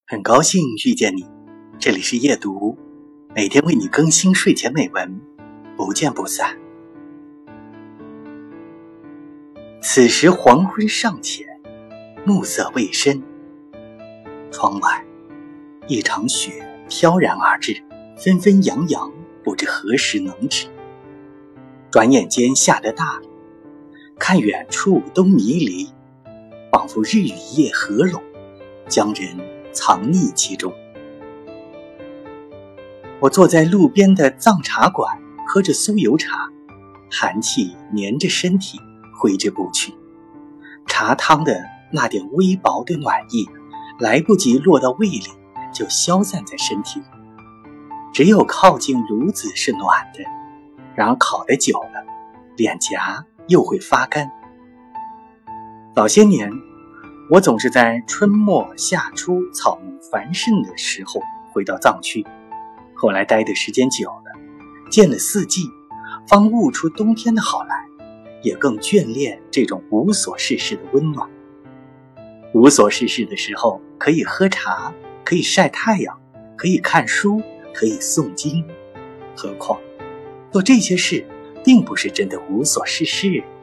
很高兴遇见你，这里是夜读，每天为你更新睡前美文，不见不散。此时黄昏尚浅，暮色未深，窗外一场雪飘然而至，纷纷扬扬，不知何时能止。转眼间下得大了，看远处都迷离，仿佛日与夜合拢，将人藏匿其中。我坐在路边的藏茶馆，喝着酥油茶，寒气黏着身体，挥之不去。茶汤的那点微薄的暖意，来不及落到胃里，就消散在身体里。只有靠近炉子是暖的，然而烤得久了，脸颊又会发干。早些年我总是在春末夏初草木繁盛的时候回到藏区，后来待的时间久了，见了四季，方悟出冬天的好来，也更眷恋这种无所事事的温暖。无所事事的时候，可以喝茶，可以晒太阳，可以看书，可以诵经。何况做这些事并不是真的无所事事。